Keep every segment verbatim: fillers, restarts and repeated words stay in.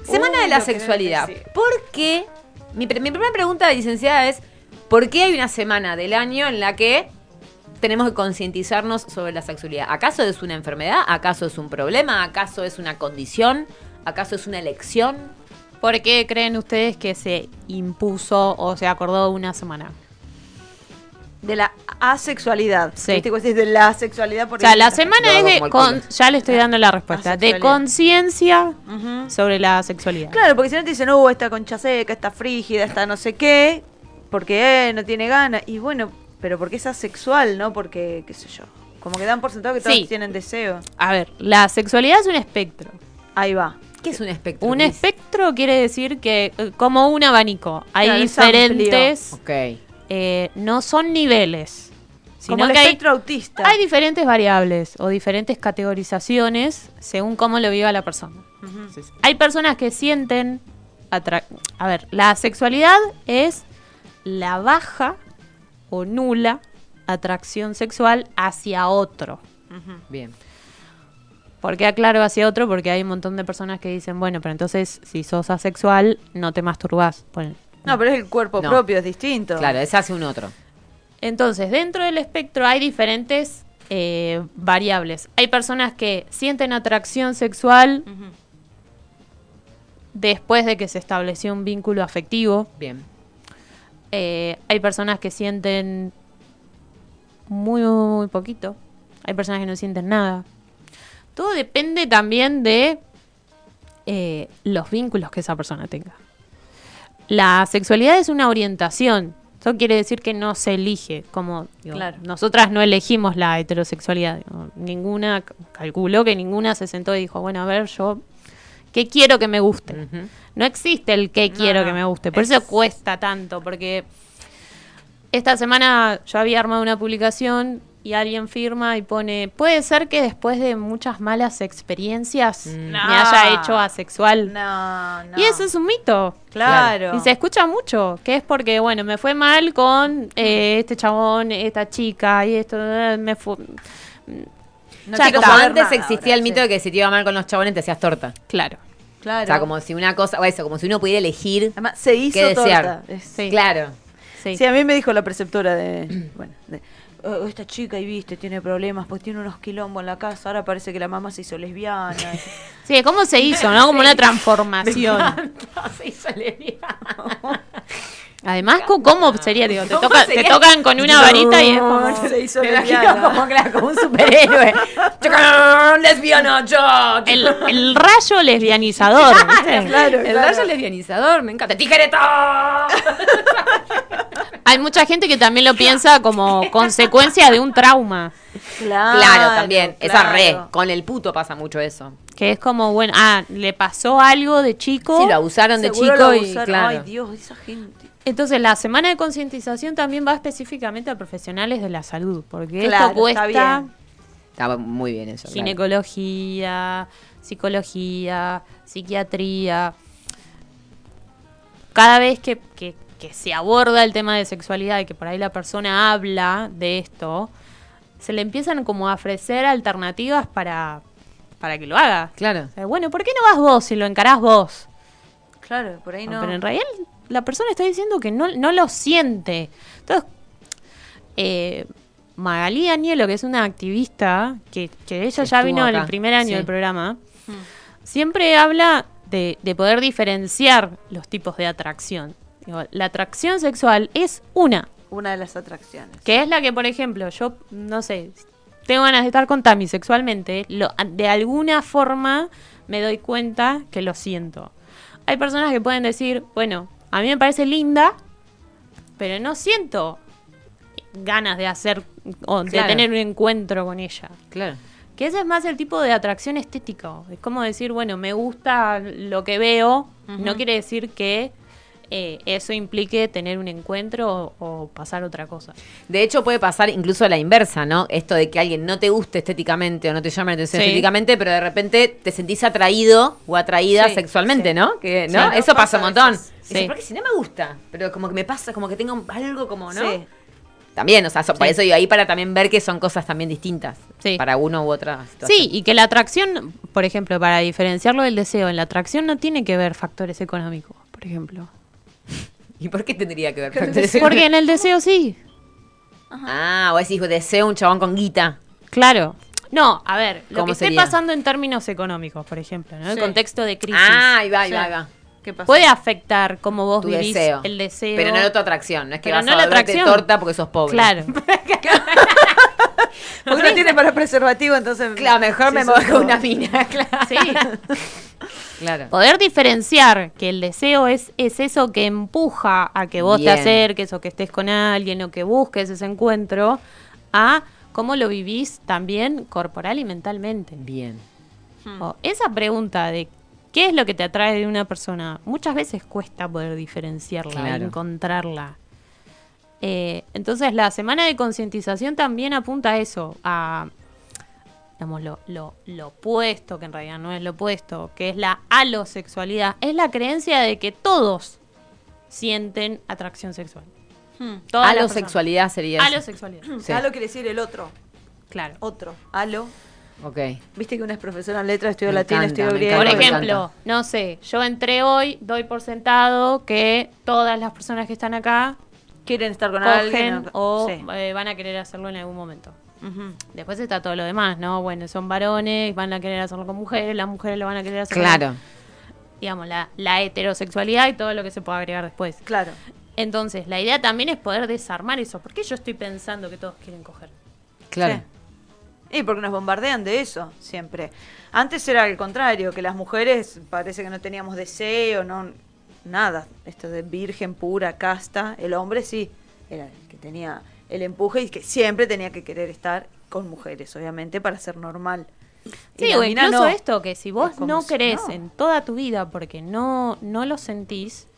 Semana Uy, de la lo que sexualidad. debe decir. ¿Por qué? Mi, mi primera pregunta, licenciada, es ¿por qué hay una semana del año en la que tenemos que concientizarnos sobre la sexualidad? ¿Acaso es una enfermedad? ¿Acaso es un problema? ¿Acaso es una condición? ¿Acaso es una elección? ¿Por qué creen ustedes que se impuso o se acordó una semana? De la asexualidad. Sí. ¿Viste? Cuando decís de la sexualidad. O Porque sea, la semana Lo es hago de... como el con- culo. ya le estoy dando la respuesta. De Asexualidad. conciencia Ujú. sobre la sexualidad. Claro, porque si no te dicen, uh, esta concha seca, esta frígida, esta no sé qué, porque eh, no tiene ganas. Y bueno, pero porque es asexual, ¿no? Porque, qué sé yo, como que dan por sentado que todos Sí. tienen deseo. A ver, la sexualidad es un espectro. Ahí va. ¿Qué es un espectro? Un Cris? espectro quiere decir que, eh, como un abanico, hay Claro, es diferentes... Ok. eh, no son niveles, Como sino el que hay, espectro autista. hay diferentes variables o diferentes categorizaciones según cómo lo viva la persona. Ujú. Hay personas que sienten... atra- A ver, la sexualidad es la baja o nula atracción sexual hacia otro. Ujú. Bien. ¿Por qué aclaro hacia otro? Porque hay un montón de personas que dicen, bueno, pero entonces si sos asexual no te masturbás. Bueno, No, pero es el cuerpo No. propio, es distinto. Claro, ese hace un otro. entonces, dentro del espectro hay diferentes eh, variables. Hay personas que sienten atracción sexual Ujú. después de que se estableció un vínculo afectivo. Bien. Eh, hay personas que sienten muy, muy poquito. Hay personas que no sienten nada. Todo depende también de eh, los vínculos que esa persona tenga. La sexualidad es una orientación. Eso quiere decir que no se elige. Como digo, Claro. nosotras no elegimos la heterosexualidad. Digo, ninguna, calculó que ninguna se sentó y dijo, bueno, a ver, yo, ¿qué quiero que me guste? Ujú. No existe el que No, quiero no. que me guste. Por Es- eso cuesta tanto, porque esta semana yo había armado una publicación y alguien firma y pone, puede ser que después de muchas malas experiencias Mm. me No. haya hecho asexual. No, no. Y eso es un mito. Claro. Y se escucha mucho, que es porque, bueno, me fue mal con eh, este chabón, esta chica, y esto, eh, me fue... No Ya, Sí, quiero como saber antes nada existía ahora, el mito sí. de que si te iba mal con los chabones te hacías torta. Claro. Claro. O sea, como si una cosa, o eso, como si uno pudiera elegir Además, se hizo qué desear. torta. Es- Sí. Claro. Sí. Sí, a mí me dijo la preceptora de, bueno, de, "Oh, esta chica, y viste, tiene problemas, porque tiene unos quilombos en la casa, ahora parece que la mamá se hizo lesbiana. Sí, ¿cómo se hizo, no? Como una transformación. Se hizo lesbiana. Además, ¿cómo- ¿cómo sería? Digo, te, ¿Cómo toca- sería? te tocan con una varita y es como... No, se hizo Me imagino lesbiana. como, claro, como un superhéroe. ¡Chacán! ¡Lesbiana, yo! El, el rayo lesbianizador, ¿viste? Claro, El claro. rayo lesbianizador, me encanta. ¡Tijereta! Hay mucha gente que también lo piensa como consecuencia de un trauma. Claro, Claro, también. Esa re. claro. Con el puto pasa mucho eso. Que es como, bueno, ah, le pasó algo de chico. Sí, lo abusaron de Seguro chico lo y abusaron. claro. Ay, Dios, esa gente. Entonces, la semana de concientización también va específicamente a profesionales de la salud. Porque Claro, esto cuesta está bien. Estaba muy bien eso. claro. ginecología, psicología, psiquiatría. Cada vez que, que, que se aborda el tema de sexualidad y que por ahí la persona habla de esto, se le empiezan como a ofrecer alternativas para, para que lo haga. Claro. O sea, bueno, ¿por qué no vas vos si lo encarás vos? Claro, por ahí no. Pero en realidad la persona está diciendo que no, no lo siente. Entonces, eh, Magalí Anielo, que es una activista, que, que ella Que ya estuvo vino en el acá, primer año sí. del programa, Hmm. siempre habla de, de poder diferenciar los tipos de atracción. Digo, la atracción sexual es una, Una de las atracciones. que es la que, por ejemplo, yo, no sé, tengo ganas de estar con Tami sexualmente, lo, de alguna forma me doy cuenta que lo siento. Hay personas que pueden decir, bueno, a mí me parece linda, pero no siento ganas de hacer o de Claro. tener un encuentro con ella. Claro. Que ese es más el tipo de atracción estética. Es como decir, bueno, me gusta lo que veo, Ujú. no quiere decir que eh, eso implique tener un encuentro o, o pasar otra cosa. De hecho, puede pasar incluso a la inversa, ¿no? Esto de que alguien no te guste estéticamente o no te llame la atención Sí. estéticamente, pero de repente te sentís atraído o atraída Sí, sexualmente, sí. ¿no? Que, ¿no? Sí, Eso no, pasa un pasa a montón. veces. Dices, Sí. porque si no me gusta, pero como que me pasa, como que tengo algo como, ¿no? Sí. también, o sea, so- por Sí. eso digo ahí para también ver que son cosas también distintas. Sí. Para uno u otra situación. Sí, y que la atracción, por ejemplo, para diferenciarlo del deseo, en la atracción no tiene que ver factores económicos, por ejemplo. ¿Y por qué tendría que ver Que el factores deseo- Porque en el deseo sí. Ah, o decís, deseo un chabón con guita. Claro. No, a ver, lo ¿Cómo que esté sería? pasando en términos económicos, por ejemplo, ¿no? El Sí. contexto de crisis. Ah, ahí va, ahí Sí. va, ahí va. ¿Qué pasa? Puede afectar cómo vos Tu vivís deseo. el deseo. Pero no la tu atracción, no es que Pero vas no a la volverte atracción. torta porque sos pobre. Claro. Porque no tiene para preservativo, entonces... Claro, mejor Sí, me sos muevo con pobre. una mina, claro. Sí. Claro. Poder diferenciar que el deseo es, es eso que empuja a que vos Bien. te acerques o que estés con alguien o que busques ese encuentro, a cómo lo vivís también corporal y mentalmente. Bien. O esa pregunta de qué es lo que te atrae de una persona, muchas veces cuesta poder diferenciarla, Claro. encontrarla. Eh, entonces la semana de concientización también apunta a eso, a digamos, lo, lo, lo opuesto, que en realidad no es lo opuesto, que es la alosexualidad, es la creencia de que todos sienten atracción sexual. Hmm. Todas las Alosexualidad sería personas. eso. Alosexualidad, Sí. Alo quiere decir el otro. claro. Otro. Alo. Ok. Viste que una es profesora en letras, estudió Me latín, encanta, estudió me griego. Por encanta, me ejemplo, encanta. no sé, yo entré hoy, doy por sentado que todas las personas que están acá quieren estar con cogen alguien. o Sí. eh, van a querer hacerlo en algún momento. Ujú. Después está todo lo demás, ¿no? Bueno, son varones, van a querer hacerlo con mujeres, las mujeres lo van a querer hacer Claro. con, digamos, la, la heterosexualidad y todo lo que se pueda agregar después. Claro. Entonces, la idea también es poder desarmar eso. ¿Por qué yo estoy pensando que todos quieren coger? Claro. Sí. Y porque nos bombardean de eso, siempre. Antes era el contrario, que las mujeres parece que no teníamos deseo, no nada. Esto de virgen pura, casta. El hombre sí, era el que tenía el empuje y que siempre tenía que querer estar con mujeres, obviamente, para ser normal. Y Sí, la o mina incluso no. esto, que si vos Es como no si- querés no. en toda tu vida porque no, no lo sentís,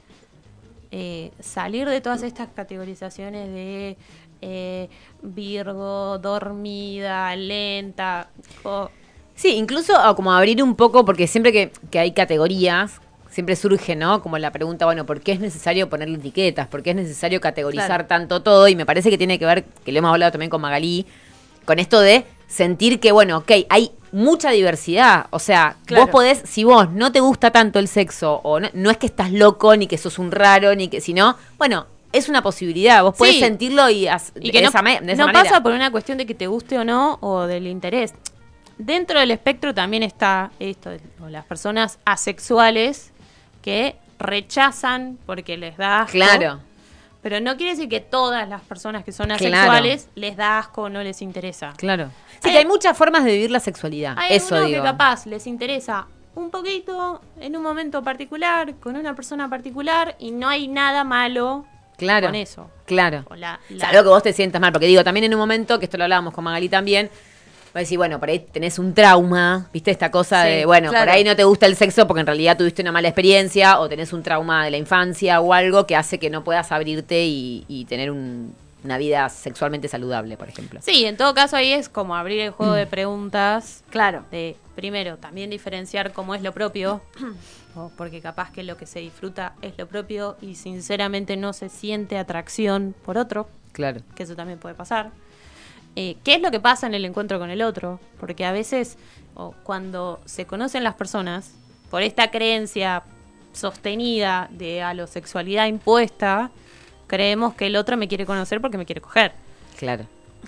eh, salir de todas estas categorizaciones de eh, Virgo, dormida, lenta, o- Sí, incluso o como abrir un poco, porque siempre que, que hay categorías, siempre surge, ¿no? Como la pregunta, bueno, ¿por qué es necesario ponerle etiquetas? ¿Por qué es necesario categorizar Claro. tanto todo? Y me parece que tiene que ver, que lo hemos hablado también con Magalí, con esto de sentir que, bueno, ok, hay mucha diversidad. O sea, Claro. vos podés, si vos no te gusta tanto el sexo, o no, no es que estás loco, ni que sos un raro, ni que, sino, bueno, es una posibilidad. Vos podés Sí. sentirlo y, as- y de, que no, esa, me- de esa no manera. pasa por una cuestión de que te guste o no, o del interés. Dentro del espectro también está esto, o las personas asexuales que rechazan porque les da asco. Claro. Pero no quiere decir que todas las personas que son Claro. asexuales les da asco o no les interesa. Claro. Sí, Hay- que hay muchas formas de vivir la sexualidad. Hay Eso algunos digo. que capaz les interesa un poquito en un momento particular, con una persona particular, y no hay nada malo Claro. con eso. Claro. O la- la- Salvo que vos te sientas mal, porque digo, también en un momento, que esto lo hablábamos con Magalí también, vos decís, bueno, por ahí tenés un trauma, ¿viste? Esta cosa Sí, de, bueno, claro. por ahí no te gusta el sexo porque en realidad tuviste una mala experiencia o tenés un trauma de la infancia o algo que hace que no puedas abrirte y, y tener un- una vida sexualmente saludable, por ejemplo. Sí, en todo caso ahí es como abrir el juego de preguntas. Claro. De, primero, también diferenciar cómo es lo propio, o porque capaz que lo que se disfruta es lo propio y sinceramente no se siente atracción por otro, Claro. que eso también puede pasar. Eh, ¿Qué es lo que pasa en el encuentro con el otro? Porque a veces, o cuando se conocen las personas, por esta creencia sostenida de alosexualidad impuesta, creemos que el otro me quiere conocer porque me quiere coger. Claro.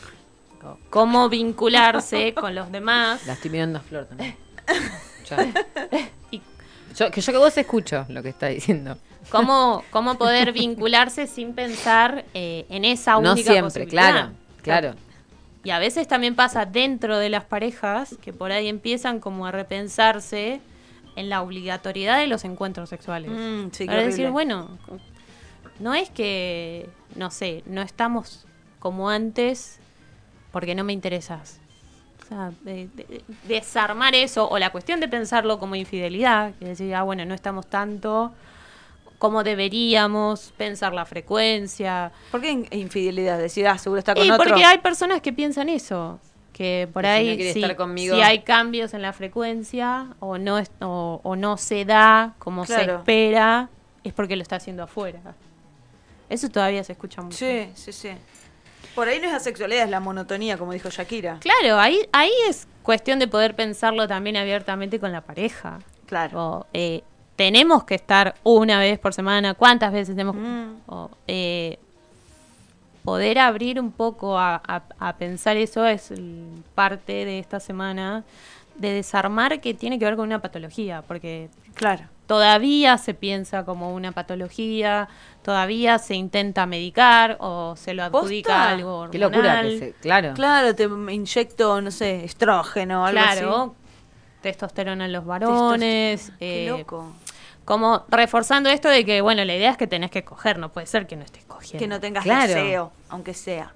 Cómo vincularse con los demás. La estoy mirando a Flor también. Yo, Y yo- que yo que vos escucho lo que está diciendo. cómo, cómo poder vincularse sin pensar eh, en esa única No siempre, posibilidad. claro, claro. Y a veces también pasa dentro de las parejas que por ahí empiezan como a repensarse en la obligatoriedad de los encuentros sexuales. Mm, sí, qué Para decir, horrible. bueno, no es que, no sé, no estamos como antes porque no me interesas. O sea, de- de- desarmar eso, o la cuestión de pensarlo como infidelidad, que decir, ah, bueno, no estamos tanto como deberíamos, pensar la frecuencia. ¿Por qué in- infidelidad? Decir, ah, seguro está con Y otro. porque hay personas que piensan eso, que por Que si ahí no quiere si, estar conmigo- si hay cambios en la frecuencia o no es- o, o no se da como se Claro. espera, es porque lo está haciendo afuera. Eso todavía se escucha mucho. Sí, sí, sí. Por ahí no es asexualidad, es la monotonía, como dijo Shakira. Claro, ahí, ahí es cuestión de poder pensarlo también abiertamente con la pareja. Claro. O, eh, tenemos que estar una vez por semana, ¿cuántas veces tenemos que...? Mm. O, eh, poder abrir un poco a, a, a pensar eso es el- parte de esta semana, de desarmar que tiene que ver con una patología, porque Claro. todavía se piensa como una patología, todavía se intenta medicar o se lo adjudica ¿Posta? a algo hormonal. Qué locura que se, claro. Claro, te inyecto, no sé, estrógeno o algo Claro, testosterona en los varones. así. eh, Qué loco. Como reforzando esto de que, bueno, la idea es que tenés que coger, no puede ser que no estés cogiendo. Que no tengas Claro. deseo, aunque sea.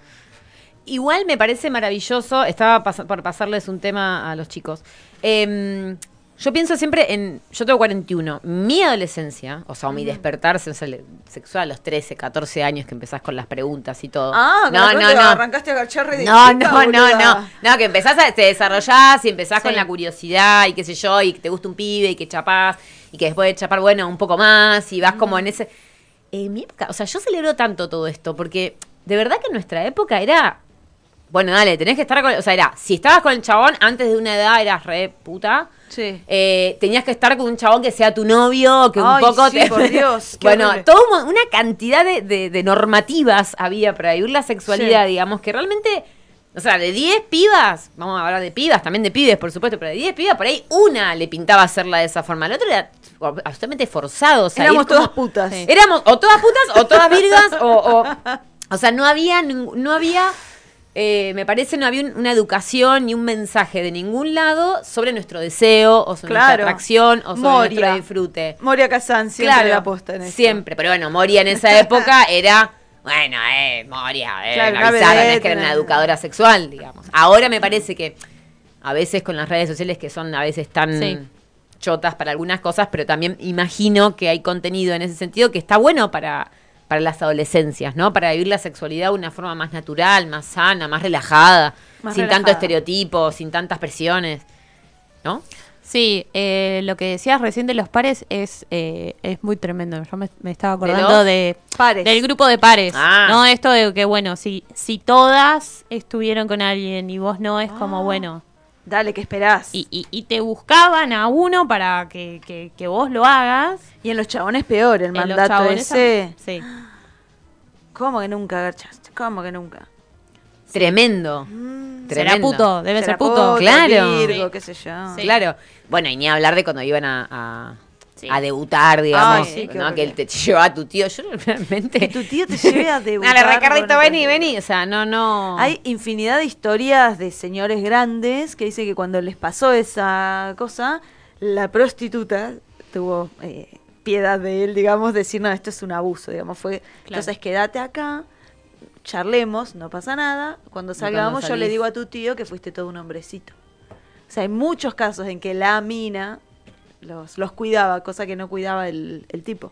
Igual me parece maravilloso, estaba pas- por pasarles un tema a los chicos. Em, yo pienso siempre en, yo tengo cuarenta y uno, mi adolescencia, o sea, o mi despertar se- sexual a los trece, catorce años que empezás con las preguntas y todo. Ah, no, no, no, no. arrancaste a agachar re No, distinta, no, no, boluda. no. No, que empezás a, te desarrollás y empezás Sí. con la curiosidad y qué sé yo, y que te gusta un pibe y que chapás, y que después de chapar, bueno, un poco más, y vas como en ese... En mi época, o sea, yo celebro tanto todo esto, porque de verdad que en nuestra época era... Bueno, dale, tenés que estar con... O sea, era, si estabas con el chabón antes de una edad eras re puta. Sí. Eh, tenías que estar con un chabón que sea tu novio, que un Ay, poco sí, te... por Dios, qué bueno, horrible. todo un- una cantidad de, de- de normativas había para vivir la sexualidad, Sí. digamos, que realmente... O sea, de diez pibas, vamos a hablar de pibas, también de pibes, por supuesto, pero de diez pibas, por ahí una le pintaba hacerla de esa forma. El otro era absolutamente forzado. O sea, Éramos ir como- todas putas. Sí. Éramos o todas putas o todas virgas o, o, o sea, no había, ning- no había, eh, me parece, no había un- una educación ni un mensaje de ningún lado sobre nuestro deseo o sobre Claro. nuestra atracción o sobre Moria. nuestro disfrute. Moria Kazan siempre la posta en esto. siempre, pero bueno, Moria en esa época era, bueno, eh, Moria, eh, Claro, me una avisaron, es vedette, que era una una- educadora sexual, digamos. Ahora me parece que a veces con las redes sociales que son a veces tan Sí. chotas para algunas cosas, pero también imagino que hay contenido en ese sentido que está bueno para, para las adolescencias, ¿no? Para vivir la sexualidad de una forma más natural, más sana, más relajada, Más sin relajada. tanto estereotipo, sin tantas presiones, ¿no? Sí, eh, lo que decías recién de los pares es eh, es muy tremendo. Yo me, me estaba ¿De acordando los de, pares? del grupo de pares. Ah. No, esto de que, bueno, si, si todas estuvieron con alguien y vos no, es como, Ah. bueno, Dale, ¿qué esperás? y, y, y te buscaban a uno para que, que, que vos lo hagas. Y en los chabones peor, el En los mandato chabones ese. tam- Sí. ¿Cómo que nunca agachaste? ¿Cómo que nunca? Tremendo. Mm. Será Tremendo. puto, debe Será ser puto. poto, Claro. Virgo, Sí. qué sé yo. Sí. Claro. Bueno, y ni hablar de cuando iban a, a, Sí. a debutar, digamos, Ay, sí, qué ¿no? horrible. Que él te llevaba a tu tío. Yo realmente... Que tu tío te lleve a debutar. Dale, Ricardito, bueno, vení, pues, vení. O sea, no, no... Hay infinidad de historias de señores grandes que dicen que cuando les pasó esa cosa, la prostituta tuvo eh, piedad de él, digamos, decir, no, esto es un abuso, digamos, fue, Claro. entonces quédate acá, charlemos, no pasa nada, cuando salgamos yo le salís. digo a tu tío que fuiste todo un hombrecito. O sea, hay muchos casos en que la mina los, los cuidaba, cosa que no cuidaba el, el tipo.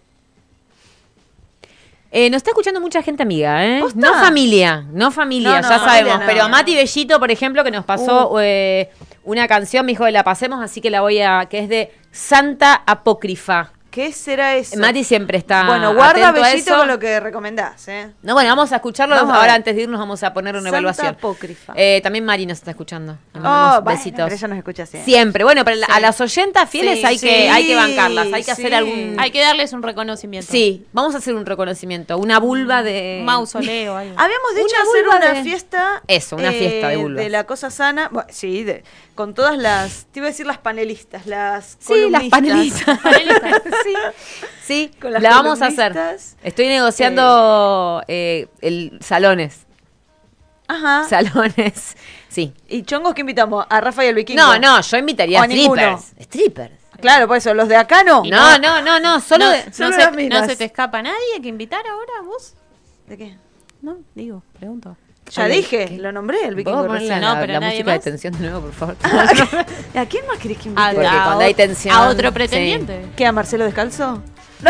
Eh, nos está escuchando mucha gente amiga, ¿eh? ¿Posta? No familia, no familia, No, no, ya familia sabemos. no. Pero Mati Bellito, por ejemplo, que nos pasó Uh. eh, una canción, me dijo que la pasemos, así que la voy a... que es de Santa Apócrifa. ¿Qué será eso? Mati siempre está Bueno, guarda atento a Bellito eso. con lo que recomendás, ¿eh? No, bueno, vamos a escucharlo. Vamos a Ahora, ver. antes de irnos, vamos a poner una Santa evaluación. Apócrifa. Eh, también Mari nos está escuchando. Le Oh, mandamos bueno, besitos. pero ella nos escucha siempre. Siempre. Bueno, pero a Sí. las oyentas fieles Sí, hay, sí, que, hay que bancarlas. Hay que hacer sí. algún... Hay que darles un reconocimiento. Sí, vamos a hacer un reconocimiento. Una vulva de... Un mausoleo, algo. Habíamos dicho Una hacer vulva una de- fiesta. Eso, una fiesta de eh, vulvas. De la cosa sana. Bueno, sí, de, con todas las. Te iba a decir las panelistas, las. Sí, las columnistas. panelistas. sí, sí Con las la vamos a hacer. columnistas. Estoy negociando eh, el salones. Ajá. Salones. Sí. ¿Y chongos que invitamos? ¿A Rafa y al Vikingo? No, no, yo invitaría O a a ninguno. strippers. Strippers. Claro, por eso, los de acá no. Y No, no, no, no, solo no, de- no solo se, las minas. no se te escapa nadie que invitar ahora vos. ¿De qué? No, digo, pregunto. Ya Oye, dije, ¿qué? lo nombré, el ¿Puedo Vikingo ponerle recién. No, la, pero la nadie música de más. tensión de nuevo, por favor? ¿A quién más querés que A, invite? Porque a cuando o- hay tensión, a otro sí. pretendiente. ¿Qué, a Marcelo Descalzo?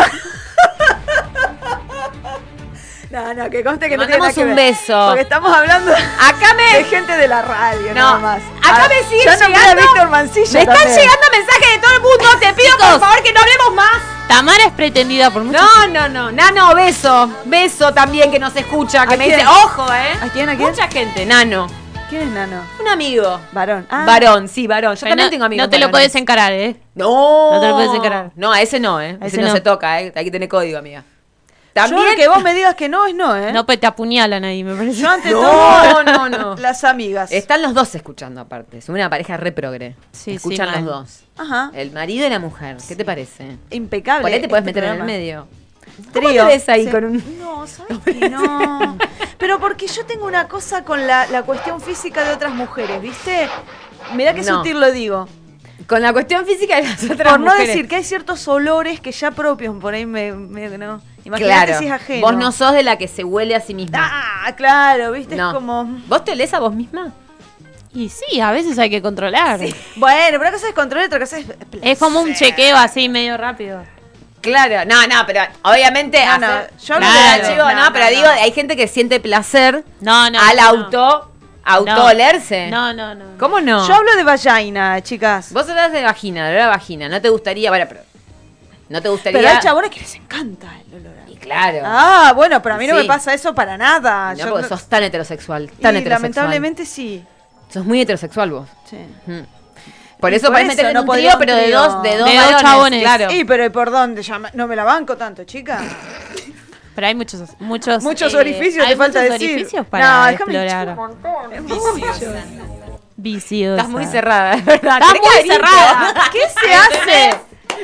No, no, que conste que Le no tiene nada mandamos que un ver. beso. Porque estamos hablando Acá de me... gente de la radio, No, nada más. acá Ah, me siguen ya nombré a llegando- Víctor Mancilla Me están también. llegando mensajes de todo el mundo. Te pido, por favor, que no hablemos más. Tamara es pretendida por muchos. No, no, no. Nano, beso. Beso también que nos escucha, que ¿A me quién? dice, ojo, ¿eh? ¿A quién, a quién? Mucha gente, Nano. ¿Quién es Nano? Un amigo. Varón. Ah. Varón, sí, varón. Yo Pero también no, tengo amigos no te lo varones. puedes encarar, ¿eh? No. No te lo puedes encarar. No, a ese no, ¿eh? A ese, ese no. no. se toca, ¿eh? Hay que tener código, amiga. Yo También. que vos me digas que no es no, ¿eh? No, pues te apuñalan ahí, me parece. Yo ante No, todo, no, no. las amigas. Están los dos escuchando aparte. Son una pareja re progre. Sí, Escuchan sí, los mal. dos. Ajá. El marido y la mujer. ¿Qué te parece? Impecable. Por ahí te puedes este meter en el programa. medio. ¿Cómo Trío. te ves ahí Sí. con un...? No, ¿sabes que no? Pero porque yo tengo una cosa con la, la cuestión física de otras mujeres, ¿viste? Mirá qué No. sutil lo digo. Con la cuestión física de las otras Por no mujeres. decir que hay ciertos olores que ya propios, por ahí me... me no. Imagínate Claro. si es ajeno. Vos no sos de la que se huele a sí misma. Ah, claro, ¿viste? No. Es como... ¿Vos te olés a vos misma? Y sí, a veces hay que controlar. Bueno, pero una cosa es control y otra cosa es... Es como un chequeo así medio rápido. Claro, no, no, pero obviamente No, no, hacer- yo hablo Claro, de- chico, no, no, no, pero no. digo, hay gente que siente placer No, no. al no, no. auto, auto No. olerse. No, no, no. ¿Cómo no? Yo hablo de vagina, chicas. Vos hablas de vagina, de olor a vagina, no te gustaría, bueno, pero no te gustaría. Pero hay chabones que les encanta el olor a... Y claro. Ah, bueno, pero a mí no Sí. me pasa eso para nada. no, Yo porque no- sos tan heterosexual, y tan heterosexual. lamentablemente sí. Sos muy heterosexual vos. Sí. Mm. Por Y eso por podés eso meter en no un podría trío, un pero de trío. dos, de dos, De dos varones, chabones. claro. Y pero ¿y por dónde? Ya me- no me la banco tanto, chica. Pero hay muchos, muchos, Muchos eh, orificios, hay te falta muchos decir. orificios para No, déjame explorar. chupar un montón. Es mucho. Viciosa. Estás muy cerrada, es verdad. Estás Tenés muy carita. cerrada. ¿Qué se hace?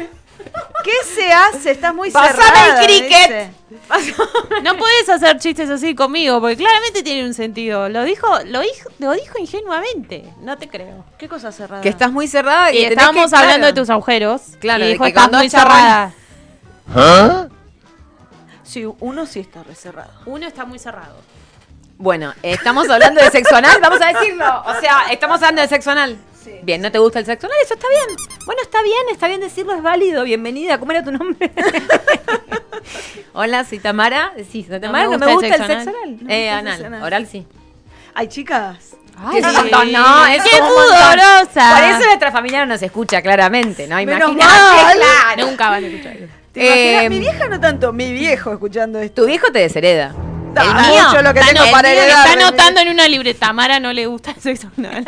¿Qué se hace? Estás muy Pasame cerrada. el cricket. ¿viste? No puedes hacer chistes así conmigo, porque claramente tiene un sentido. Lo dijo, lo dijo, lo dijo ingenuamente. No te creo. ¿Qué cosa cerrada? Que estás muy cerrada y Y que tenés estábamos que- hablando claro. de tus agujeros. Claro, y de dijo, que estás cuando muy dos chabones- cerrada. Sí, uno sí está reserrado. Uno está muy cerrado. Bueno, eh, estamos hablando de sexo anal, vamos a decirlo. O sea, estamos hablando de sexo anal. Bien, ¿no te gusta el sexo anal? Eso está bien. Bueno, está bien, está bien decirlo, es válido. Bienvenida, ¿cómo era tu nombre? Hola, soy Tamara. Sí, soy Tamara, no me gusta, el sexo anal. No me eh, gusta el anal, sexo anal. oral sí. Ay, chicas. Ay, Es un montón, no, es ¡Qué como un montón. pudorosa! Por eso nuestra familia no nos escucha, claramente, ¿no? Menos Imagínate, mal. claro. Nunca van a escuchar eso. ¿Te imaginas? Eh, Mi vieja no tanto, mi viejo escuchando esto. Tu viejo te deshereda. Ah, el mío, mucho lo que Está, tengo no- para el mío heredar. está de mi- anotando en una libreta. Tamara no le gusta el sexo anal.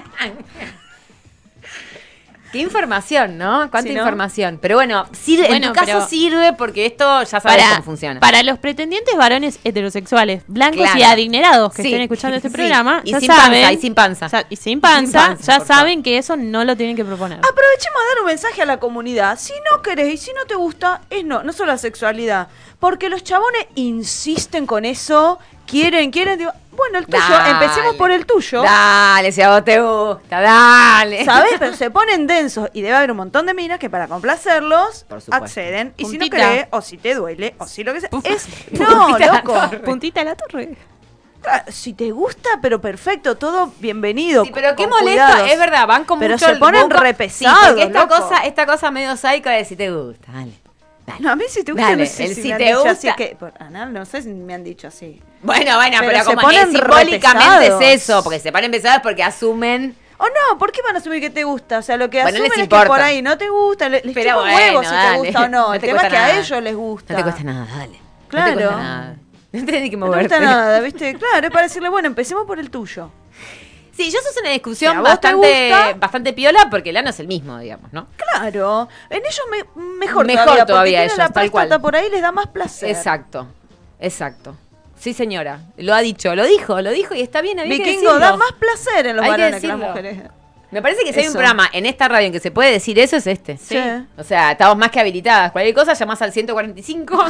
Qué información, ¿no? Cuánta Sí, ¿no? información. Pero bueno, sirve, Bueno, en tu caso pero- sirve porque esto ya sabes cómo funciona. para los pretendientes varones heterosexuales, blancos Claro. y adinerados que Sí, estén escuchando este sí. programa, Y ya sin saben, panza, y sin panza. ya- y sin Y panza, sin panza, ya por favor. saben que eso no lo tienen que proponer. Aprovechemos a dar un mensaje a la comunidad. Si no querés y si no te gusta, es no, no solo la sexualidad. Porque los chabones insisten con eso, quieren, quieren, digo, bueno, el tuyo, Dale. empecemos por el tuyo. Dale, si a vos te gusta, dale. ¿Sabes? Pero se ponen densos y debe haber un montón de minas que para complacerlos Por supuesto. acceden. Y si no Puntita. querés, o si te duele, o si lo que sea. Puf. Es, no, Puntita la loco. torre. Puntita a la torre. Ah, Si te gusta, pero perfecto, todo bienvenido. Sí, pero qué con molesto, cuidados. es verdad, van con Pero mucho... se ponen van con- re Sí, pesados, porque esta loco. cosa, esta cosa medio psycho de si te gusta, dale. dale. No, a mí si te gusta, Dale, no sé el si si me han te dicho gusta- así que... por anal, no sé si me han dicho así. Bueno, bueno, Pero pero, se como ponen que re simbólicamente pesados. es eso, porque se ponen pesados porque asumen... O no, ¿por qué van a asumir que te gusta? O sea, lo que Bueno, asumen les es que importa. por ahí no te gusta, le- les Pero chupa un bueno, huevo si dale. te gusta o no. No El te tema es que cuesta a nada. ellos les gusta. No te cuesta nada, dale. No Claro. te cuesta nada. No tenés ni que No te moverte. gusta nada, ¿viste? Claro, es para decirle, bueno, empecemos por el tuyo. Sí, yo eso es una Si a discusión vos te bastante, gusta- bastante piola porque el ano es el mismo, digamos, ¿no? Claro, en ellos me- mejor, Mejor todavía, todavía porque tienen ellos, la tal cual. próstata por ahí les da más placer. Exacto, exacto. Sí, señora, lo ha dicho, lo dijo, lo dijo y está bien, había que Vikingo, decirlo. da más placer en los Hay que varones que, las decirlo. mujeres. Me parece que si hay un Eso. programa en esta radio en que se puede decir eso, es este. Sí. O sea, estamos más que habilitadas. Cualquier cosa, llamás al ciento cuarenta y cinco.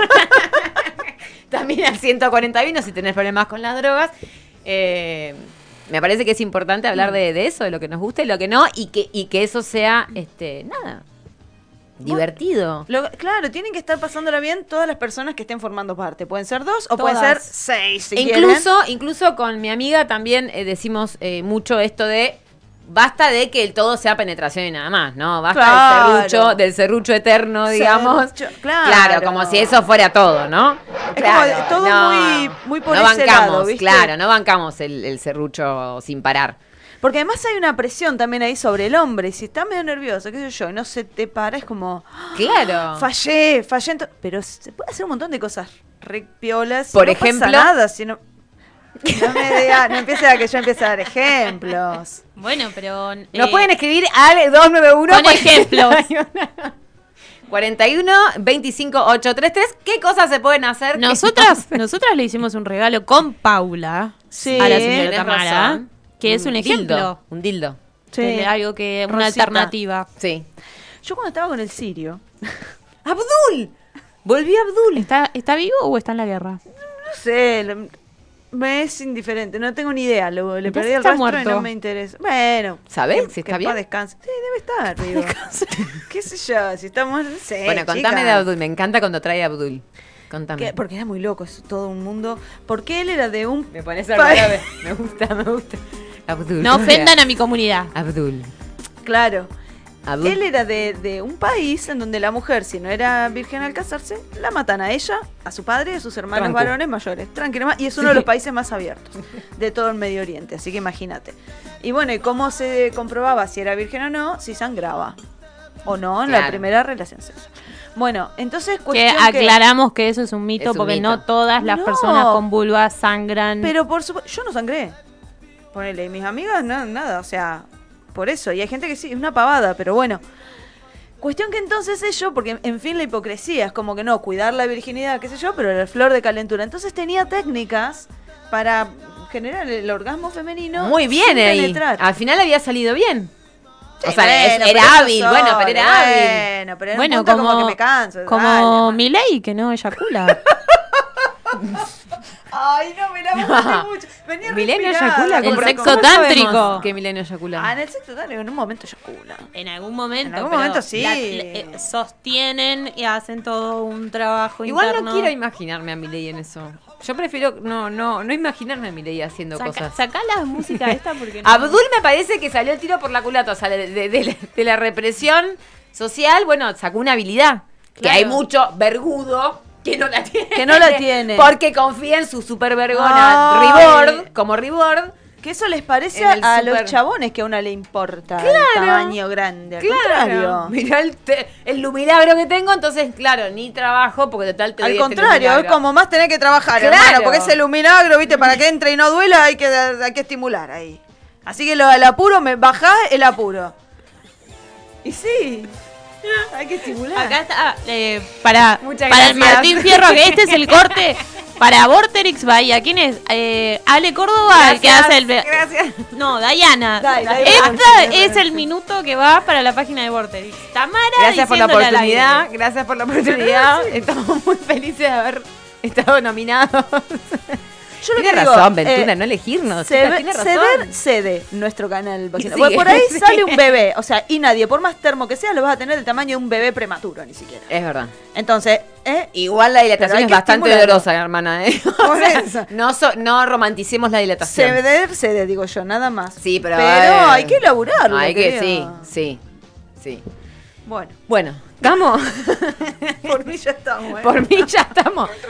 También al ciento cuarenta y uno si tenés problemas con las drogas. Eh, me parece que es importante hablar de, de eso, de lo que nos gusta y lo que no, y que, y que eso sea, este, nada, divertido. Lo- claro, tienen que estar pasándola bien todas las personas que estén formando parte. Pueden ser dos o pueden Todas. ser seis, si E quieren. incluso, incluso con mi amiga también eh, decimos eh, mucho esto de basta de que el todo sea penetración y nada más, ¿no? Basta Claro. del serrucho, del serrucho eterno, digamos. Serrucho, claro. como si eso fuera todo, ¿no? Es como de- todo muy- muy por no ese bancamos, lado, ¿viste? claro, no bancamos el, el serrucho sin parar. Porque además hay una presión también ahí sobre el hombre. Y si está medio nervioso, qué sé yo, y no se te para, es como... Claro. Fallé, fallé. en to- Pero se puede hacer un montón de cosas re piolas. Por no ejemplo- pasa nada, si no... No me diga, no empiece a que yo empiece a dar ejemplos. Bueno, pero... Nos eh, pueden escribir al dos nueve uno con ejemplos. cuarenta y uno, veinticinco, ochocientos treinta y tres. ¿Qué cosas se pueden hacer? Nosotras, nosotras le hicimos un regalo con Paula Sí, a la señora tenés Tamara, razón. que es un dildo, ejemplo un dildo. de algo que una Rosita. alternativa. Sí. Yo cuando estaba con el sirio, ¡Abdul! Volvió Abdul. ¿Está, ¿Está vivo o está en la guerra? no sé, le- me es indiferente, no tengo ni idea. Lo- le Entonces perdí el está rastro y muerto. no me interesa. Bueno, ¿Sabés que- si que está en paz bien? descanse. Sí, debe estar vivo. ¿Qué sé yo? Si estamos. No sé, Bueno, contame chica. de Abdul. Me encanta cuando trae a Abdul. Contame. ¿Qué? Porque era muy loco, es todo un mundo. Porque él era de un. Me pones Pa- grave. Me gusta, me gusta. Abdul. No ¿cómo era? ofendan a mi comunidad. Abdul. Claro. Abdul. Él era de, de un país en donde la mujer, si no era virgen al casarse, la matan a ella, a su padre y a sus hermanos Trancu. varones mayores. Tranquilo, y es uno de los países más abiertos de todo el Medio Oriente, así que imagínate. Y bueno, ¿y cómo se comprobaba si era virgen o no? Si sangraba o no en la Claro. primera relación sexual. Bueno, entonces Que cuestión que... aclaramos que eso es un mito Es un porque mito. no todas las No. personas con vulva sangran. Pero por supuesto, yo no sangré. Ponele, y mis amigas, no, nada, o sea, por eso. Y hay gente que sí, es una pavada, pero bueno. Cuestión que entonces ellos, porque en fin la hipocresía, es como que no, cuidar la virginidad, qué sé yo, pero la flor de calentura. Entonces tenía técnicas para generar el orgasmo femenino. Muy bien sin ahí. penetrar. Al final había salido bien. Sí, o sea, bueno, es- pero era eso hábil, solo, bueno, pero era hábil. Bueno, pero en un bueno, punto como, como que me canso. como dale, man. Milei, que no eyacula. Ay, no, me la monté mucho. Venía Milenio respirada, eyacula. El ¿cómo- por sexo cómo acá. tántrico. sabemos que Milenio eyacula? Ah, en el sexo tántrico en un momento eyacula. En algún momento. En algún pero momento sí. la- le- eh, sostienen y hacen todo un trabajo Igual interno. no quiero imaginarme a Milei en eso. Yo prefiero no no no imaginarme a Milei haciendo Saca, cosas. sacá la música esta porque no- Abdul me parece que salió el tiro por la culata, o sea, de, de- de la- de la represión social, bueno, sacó una habilidad. Que Claro. hay mucho vergudo que no la tiene. Que no la tiene. Porque confía en su super vergona Ay. Reward, como Reward. Que eso les parece En el a super- los chabones que a una le importa el tamaño grande. Al contrario. Mirá el, te- el milagro que tengo, entonces, claro, ni trabajo, porque total te doy Al este contrario, es lumilagro. como más tener que trabajar, Claro. hermano, porque es el milagro, viste, para que entre y no duela hay que, hay que estimular ahí. Así que lo del apuro, me bajás el apuro. Y sí, hay que estimular. Acá está, eh, para, Muchas para el gracias. Martín Fierro, que este es el corte para Vorterix Bahía. ¿Quién es? Eh, Ale Córdoba, el que Gracias, hace el... Gracias. No, Dayana. Dai- Dai- Esta Dai- es el minuto que va para la página de Vorterix. Tamara Gracias por la diciéndole al oportunidad, aire. gracias por la oportunidad. Estamos muy felices de haber estado nominados. Yo lo Tiene que digo, razón, Ventura, eh, no elegirnos. Se, chica, ve- tiene se razón. ver cede nuestro canal. Vagina. Sí, Porque por ahí sí. sale un bebé, o sea, y nadie, por más termo que sea, lo vas a tener del tamaño de un bebé prematuro, ni siquiera. Es verdad. Entonces, ¿eh? Igual la Pero dilatación hay es que bastante estimularlo. dolorosa, hermana. ¿eh? Por O sea, eso. no, so- no romanticemos la dilatación. Ceder, cede, digo yo, nada más. Sí, pero. Pero eh, hay que elaborarlo. Hay que, sí, querido. sí, sí. Bueno, Bueno, ¿estamos? por mí ya estamos, ¿eh? Por mí ya estamos.